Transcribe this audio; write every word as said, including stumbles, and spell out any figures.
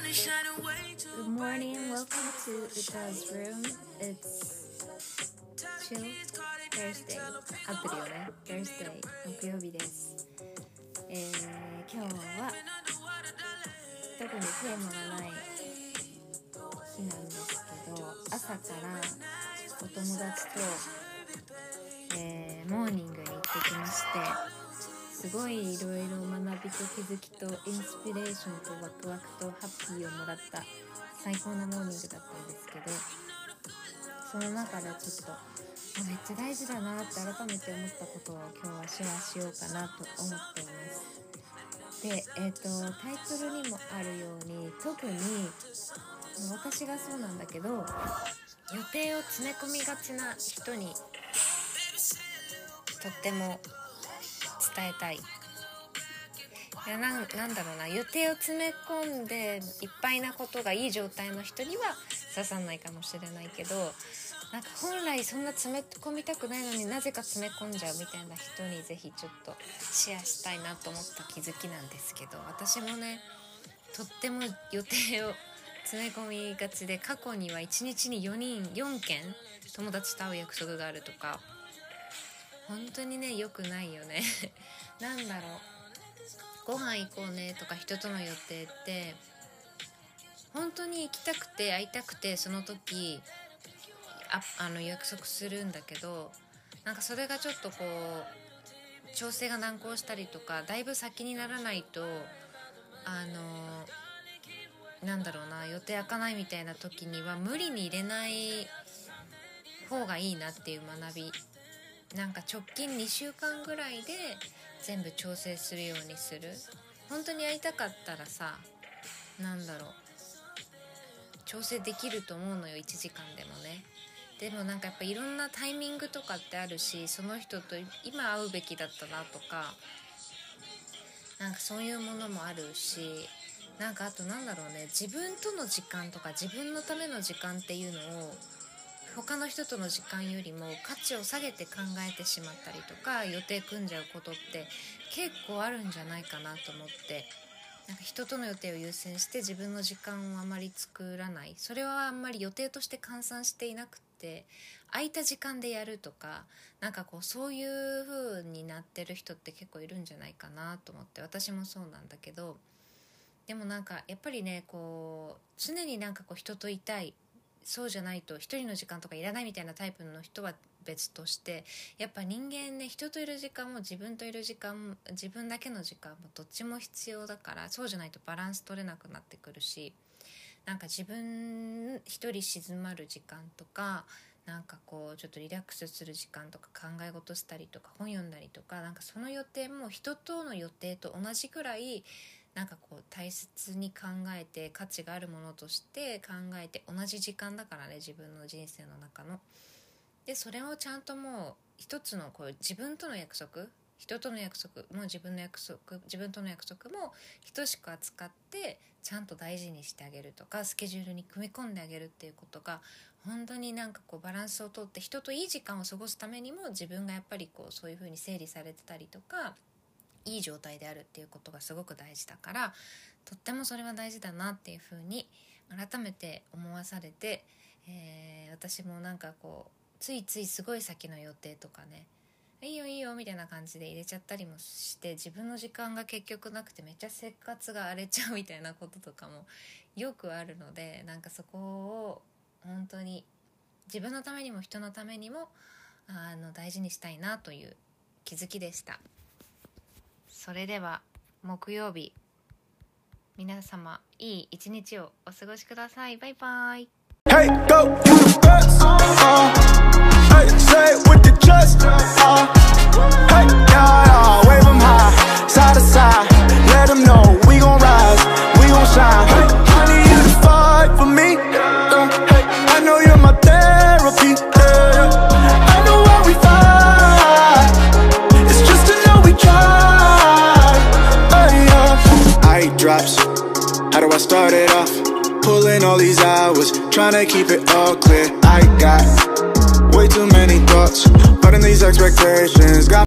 Good morning, welcome to Uta's room. It's chill Thursday. アプリをね、Thursday 木曜日です。えー、今日は特にテーマがない日なんですけど、朝からお友達と、えー、モーニングに行ってきまして。すごいいろいろ学びと気づきとインスピレーションとワクワクとハッピーをもらった最高なモーニングだったんですけど、その中でちょっとめっちゃ大事だなって改めて思ったことを今日はシェアしようかなと思っています。で、えーと、タイトルにもあるように、特に私がそうなんだけど、予定を詰め込みがちな人にとっても伝えたい。いや な, なんだろうな予定を詰め込んでいっぱいなことがいい状態の人には刺さんないかもしれないけど、なんか本来そんな詰め込みたくないのになぜか詰め込んじゃうみたいな人にぜひちょっとシェアしたいなと思った気づきなんですけど、私もねとっても予定を詰め込みがちで、過去にはいちにちによにんよんけん友達と会う約束があるとか、本当にね良くないよねなんだろう、ご飯行こうねとか人との予定って本当に行きたくて会いたくてその時ああの約束するんだけど、なんかそれがちょっとこう調整が難航したりとかだいぶ先にならないとあのなんだろうな予定開かないみたいな時には無理に入れない方がいいなっていう学び、なんか直近にしゅうかんぐらいで全部調整するようにする。本当にやりたかったらさ、なんだろう調整できると思うのよ、いちじかんでもね。でもなんかやっぱいろんなタイミングとかってあるし、その人と今会うべきだったなとか、なんかそういうものもあるし、なんかあとなんだろうね、自分との時間とか自分のための時間っていうのを他の人との時間よりも価値を下げて考えてしまったりとか予定組んじゃうことって結構あるんじゃないかなと思って、なんか人との予定を優先して自分の時間をあまり作らない、それはあんまり予定として換算していなくて空いた時間でやるとか、なんかこうそういう風になってる人って結構いるんじゃないかなと思って、私もそうなんだけど、でもなんかやっぱりねこう常になんかこう人といたい、そうじゃないと一人の時間とかいらないみたいなタイプの人は別として、やっぱ人間ね人といる時間も自分といる時間も自分だけの時間もどっちも必要だから、そうじゃないとバランス取れなくなってくるし、なんか自分一人静まる時間とか、なんかこうちょっとリラックスする時間とか考え事したりとか本読んだりとか、なんかその予定も人との予定と同じくらいなんかこう大切に考えて価値があるものとして考えて、同じ時間だからね自分の人生の中の。でそれをちゃんともう一つのこう自分との約束、人との約束も自分の約束自分との約束も等しく扱ってちゃんと大事にしてあげるとか、スケジュールに組み込んであげるっていうことが本当になんかこうバランスをとって人といい時間を過ごすためにも自分がやっぱりこうそういう風に整理されてたりとかいい状態であるっていうことがすごく大事だから、とってもそれは大事だなっていう風に改めて思わされて、えー、私もなんかこうついついすごい先の予定とかね、いいよいいよみたいな感じで入れちゃったりもして、自分の時間が結局なくてめっちゃ生活が荒れちゃうみたいなこととかもよくあるので、なんかそこを本当に自分のためにも人のためにもあの大事にしたいなという気づきでした。それでは木曜日、皆様いい一日をお過ごしください。バイバイ。 Hey, go, you the best, uh, hey, say it with the chest, uh, hey, yeah, yeah, wave them high, side to side, let them know we gon' rise, we gon' shine, hey, honey, you the fight for me, uh, hey, I know you're my therapy, yeah, I know why we fight, it's just to know we tried, hey, yeah, I eat drops, how do I start it off? Pulling all these hours, trying to keep it all clear. I got way too many thoughts, but in these expectations got